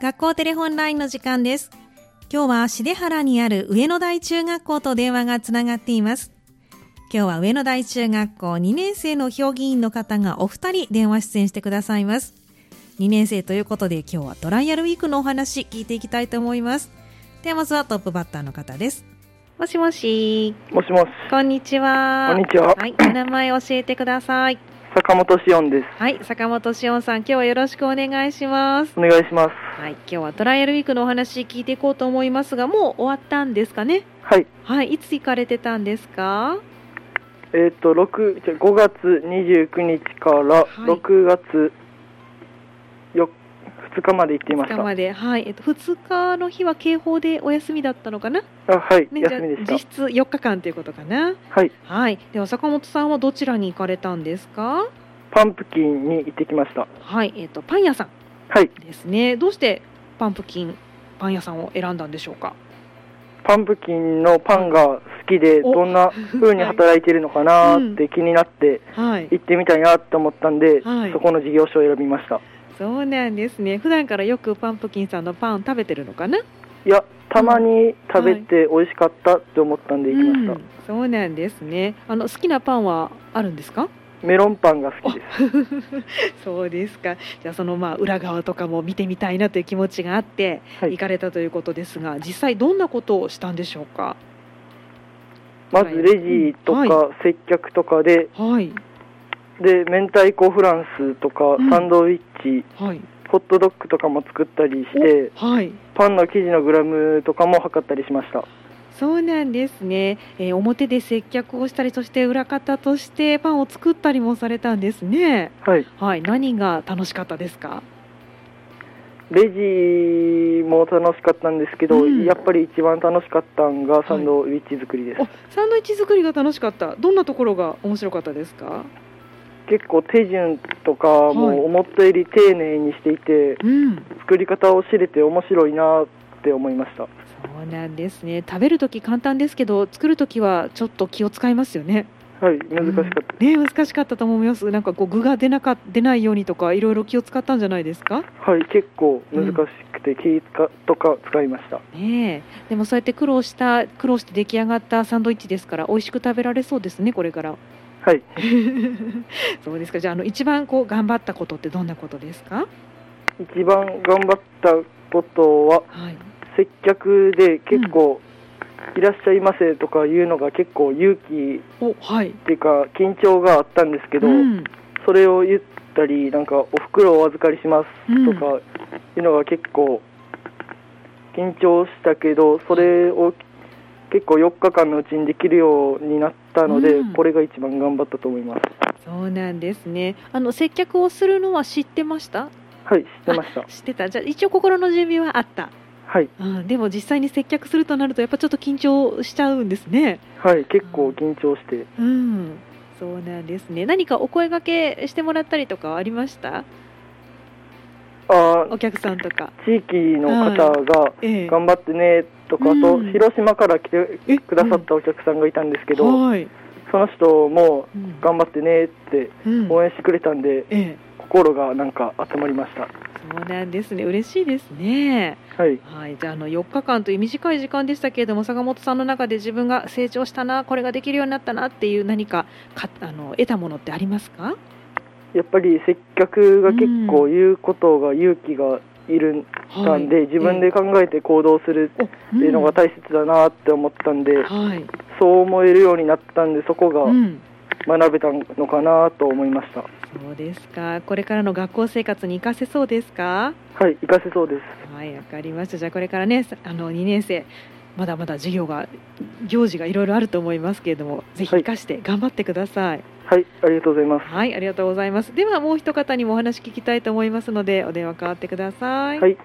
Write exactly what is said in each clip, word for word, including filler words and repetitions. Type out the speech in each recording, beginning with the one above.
学校テレホンラインの時間です。今日は重原にある上野台中学校と電話がつながっています。今日は上野台中学校にねん生の評議員の方がお二人電話出演してくださいます。にねん生ということで今日はトライアルウィークのお話聞いていきたいと思います。ではまずはトップバッターの方です。もしもし。 もしもし。 こんにちは。 こんにちは。 はい、お名前教えてください。 坂本しおんです。 はい、坂本しおんさん、今日はよろしくお願いします。 お願いします。 はい、今日はトライアルウィークのお話聞いていこうと思いますが、もう終わったんですかね。 はい。 はい、いつ行かれてたんですか。 えっと6じゃごがつにじゅうくにちからろくがつよっかふつかまで行っていました。 ふつかまで、はい、えっとふつかの日は警報でお休みだったのかな。 あ、はい、 ね、 休みでした。 実質よっかかんということかな。 はい。 はい。では坂本さんはどちらに行かれたんですか。 パンプキンに行ってきました。 はい、えっとパン屋さんはいですね。どうしてパンプキンパン屋さんを選んだんでしょうか。 パンプキンのパンが好きでどんな風に働いているのかなって気になって行ってみたいなって思ったんで、はい、そこの事業所を選びました。 そうなんですね。普段からよくパンプキンさんのパン食べてるのかな。いや、たまに食べて美味しかったって思ったんで行きました。うん、 そうなんですね。あの好きなパンはあるんですか。 メロンパンが好きですそうですか。じゃあそのまあ裏側とかも見てみたいなという気持ちがあって行かれたということですが、はい、実際どんなことをしたんでしょうか。 まずレジとか接客とかで、はい、で明太子フランスとかサンドイッチ、うん、はい、ホットドッグとかも作ったりして、はい、パンの生地のグラムとかも測ったりしました。 そうなんですね、えー、表で接客をしたり、そして裏方としてパンを作ったりもされたんですね。はい、はい、何が楽しかったですか。 レジも楽しかったんですけど、うん、やっぱり一番楽しかったのがサンドイッチ作りです。はい、 サンドイッチ作りが楽しかった。どんなところが面白かったですか。 結構手順とかも思ったより丁寧にしていて、はい、うん、作り方を知れて面白いなって思いました。 そうなんですね。食べるとき簡単ですけど作るときはちょっと気を使いますよね。 はい、難しかった、 うん、ね、難しかったと思います。なんかこう具が出なか出ないようにとかいろいろ気を使ったんじゃないですか。 はい、結構難しくて気とか使いました。 うん、ねえ、でもそうやって苦労した苦労して出来上がったサンドイッチですから美味しく食べられそうですね、これから。 はいそうですか。じゃあ、あの一番こう頑張ったことってどんなことですか。 一番頑張ったことは、はい、接客で結構、うん、いらっしゃいませとかいうのが結構勇気っていうか緊張があったんですけど、うん、それを言ったりなんかお袋をお預かりしますとかいうのが結構緊張したけど、それを結構よっかかんのうちにできるようになったので、うん、これが一番頑張ったと思います。 そうなんですね。あの接客をするのは知ってました。 はい、知ってました。 知ってた。じゃあ一応心の準備はあった。 はい、 うん、でも実際に接客するとなるとやっぱちょっと緊張しちゃうんですね。 はい、結構緊張して、 うん、そうなんですね。何かお声掛けしてもらったりとかはありました。 あ、 お客さんとか地域の方が頑張ってねとか、はい、あと、うん、広島から来てくださったお客さんがいたんですけど、うん、はい、その人も頑張ってねって応援してくれたんで、うん、心がなんか温まりました。 そうなんですね。嬉しいですね。はい、はい、じゃあ、あのよっかかんという短い時間でしたけれども、坂本さんの中で自分が成長したな、これができるようになったなっていう何か、かあの得たものってありますか。 やっぱり接客が結構言うことが勇気がいるんで、うん、自分で考えて行動するっていうのが大切だなって思ったんで、うん、はい、そう思えるようになったんで、そこが学べたのかなと思いました。 そうですか。これからの学校生活に活かせそうですか。 はい、活かせそうです。 はい、わかりました。じゃあこれからね、あのにねん生まだまだ授業が行事がいろいろあると思いますけれども、ぜひ活かして頑張ってください。 はい、ありがとうございます。 はい、ありがとうございます。ではもう一方にもお話聞きたいと思いますのでお電話代わってください。 はい。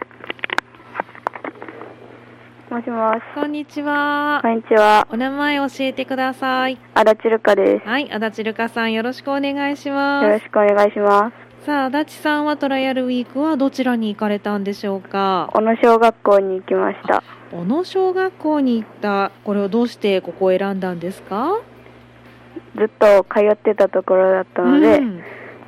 もしもし。 こんにちは。 こんにちは。 お名前教えてください。 足立るかです。 はい、足立るかさん、よろしくお願いします。 よろしくお願いします。 さあ、足立さんはトライアルウィークはどちらに行かれたんでしょうか。 小野小学校に行きました。 小野小学校に行った。これをどうしてここを選んだんですか。 ずっと通ってたところだったので、うん、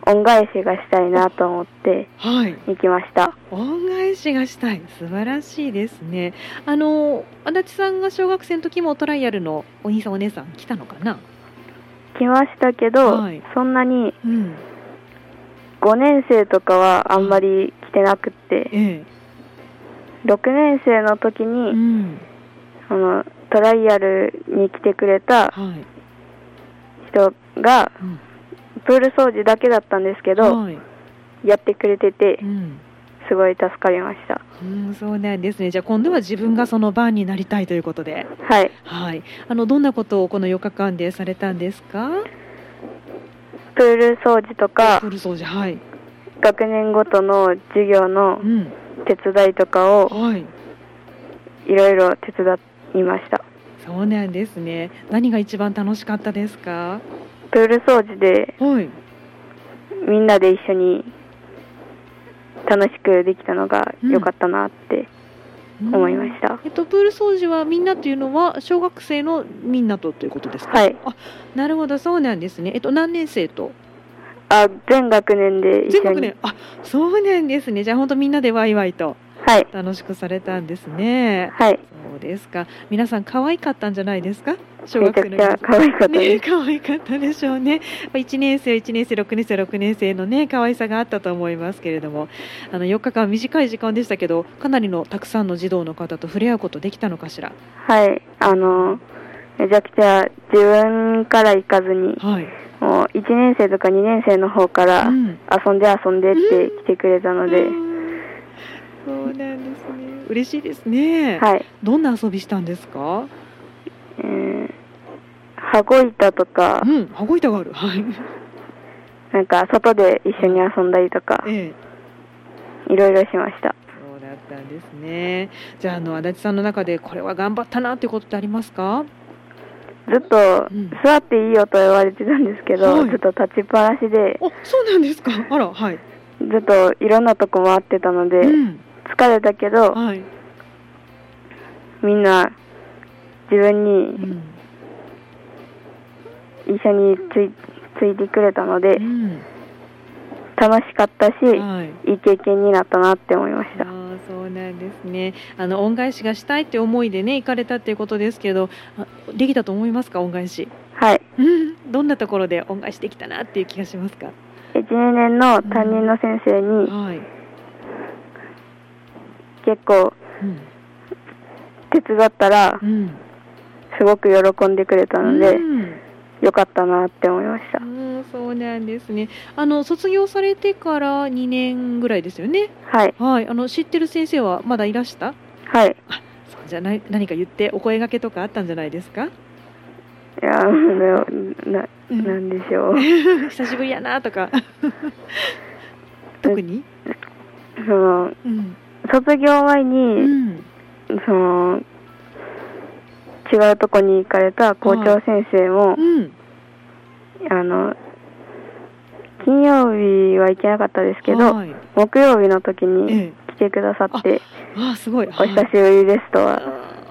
恩返しがしたいなと思って行きました、 はい、恩返しがしたい、素晴らしいですね。あの足立さんが小学生の時もトライアルのお兄さんお姉さん来たのかな？ 来ましたけど、はい、そんなにごねん生とかはあんまり来てなくて、ええ、ろくねん生の時に、うん、あのトライアルに来てくれた人が、はいうん、プール掃除だけだったんですけど、はい、やってくれてて、うん、すごい助かりました。 うん、そうなんですね。じゃあ今度は自分がその番になりたいということで、 はい、 はい、あのどんなことをこのよっかかんでされたんですか？ プール掃除とか、 プール掃除、はい、 学年ごとの授業の手伝いとかを、はい、いろいろ手伝いました。 そうなんですね。何が一番楽しかったですか？ プール掃除で、はい、みんなで一緒に楽しくできたのが良かったなって思いました、 うんえっと、プール掃除はみんなというのは小学生のみんなとということですか？ はい。 あ、なるほど、そうなんですね。えっと、何年生と？ あ、全学年で一緒に。 全学年、あ、そうなんですね。じゃあ本当みんなでワイワイと楽しくされたんですね。 はい。 そうですか。皆さん可愛かったんじゃないですか？小学生のめちゃくちゃ可愛かったです。 ね、可愛かったでしょうね。いちねん生、いちねん生、ろくねん生、ろくねん生のね可愛さがあったと思いますけれども、あのよっかかん短い時間でしたけど、かなりのたくさんの児童の方と触れ合うことできたのかしら？ はい、あのめちゃくちゃ自分から行かずに、はい、もういちねん生とかにねん生の方から遊んで遊んでって来てくれたので、うん、 そうなんですね。嬉しいですね。 はい。 どんな遊びしたんですか？ えー、羽子板とか、 うん、羽子板がある。はい。 なんか外で一緒に遊んだりとか、ええ、いろいろしました。 そうだったんですね。じゃあ、あの足立さんの中でこれは頑張ったなということってありますか？ ずっと座っていいよと言われてたんですけど、はい、ずっと立ちっぱなしで。 あ、そうなんですか。あら、はい。 ずっといろんなとこ回ってたので、うん、疲れたけど、はい、みんな自分に、うん一緒につ い, ついてくれたので、うん、楽しかったし、はい、いい経験になったなって思いました。 あ、そうなんですね。あの恩返しがしたいって思いでね行かれたっていうことですけど、できたと思いますか？恩返し。 はい。 どんなところで恩返しできたなっていう気がしますか？ いちねんの担任の先生に、うんはい、結構、うん、手伝ったら、うん、すごく喜んでくれたので、うんよかったなって思いました。 うん、そうなんですね。あの卒業されてからにねんぐらいですよね。 はい。 はい。あの知ってる先生はまだいらした？ はい。 あ、そうじゃない、何か言ってお声掛けとかあったんじゃないですか？ いやな、な、なんでしょう。 久しぶりやなとか。特に？ その、うん、卒業前に、うん、その。違うとこに行かれた校長先生も、はいうん、あの金曜日は行けなかったですけど、はい、木曜日の時に来てくださって、ええ、ああすごい、お久しぶりですとは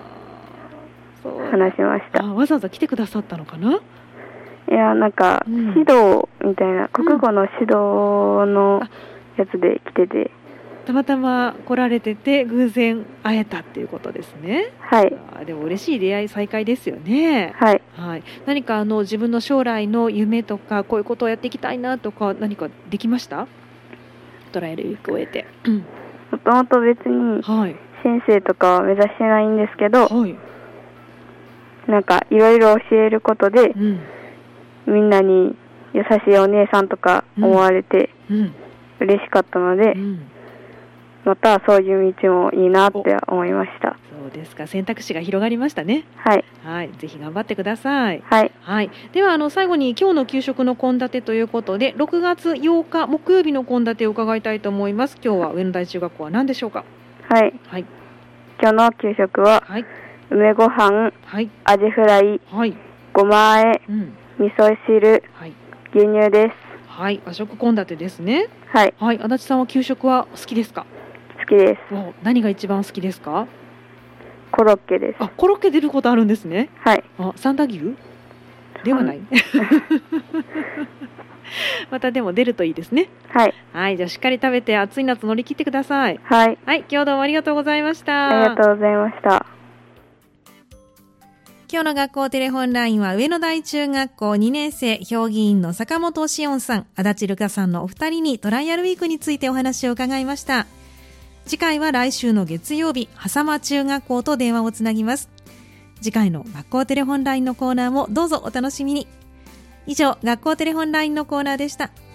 話しました。 あ、わざわざ来てくださったのかな？ いや、なんか、うん、指導みたいな国語の指導のやつで来てて、 たまたま来られてて偶然会えたっていうことですね。 はい。 あ、でも嬉しい出会い再会ですよね。 はい。 はい。何かあの自分の将来の夢とかこういうことをやっていきたいなとか何かできました？トライアルウィークを終えて。 もともと別に先生とかは目指してないんですけど、はい、なんかいろいろ教えることで、うん、みんなに優しいお姉さんとか思われて嬉しかったので。うんうんまたそういう道もいいなって思いました。 そうですか。選択肢が広がりましたね。 はい。 はい。ぜひ頑張ってください。 はい。 はい。ではあの最後に今日の給食の献立ということで、ろくがつようか木曜日の献立を伺いたいと思います。今日は上野台中学校は何でしょうか？ はい。 はい。 今日の給食は、はい、梅ご飯、はい、アジフライ、はい、ごま和え、うん、味噌汁、はい、牛乳です。 はい。和食献立ですね。 はい。 はい。足立さんは給食は好きですか？ 好きです。 何が一番好きですか？ コロッケです。 あ、コロッケ出ることあるんですね。 はい。 あ、三田牛？ ではないまたでも出るといいですね。 はい。 はい、じゃあしっかり食べて暑い夏乗り切ってください。 はい。 はい、今日どうもありがとうございました。 ありがとうございました。 今日の学校テレホンラインは上野台中学校にねん生評議員の坂本しおんさん、足立るかさんのお二人にトライアルウィークについてお話を伺いました。次回は来週の月曜日、狭間中学校と電話をつなぎます。次回の学校テレホンラインのコーナーもどうぞお楽しみに。以上、学校テレホンラインのコーナーでした。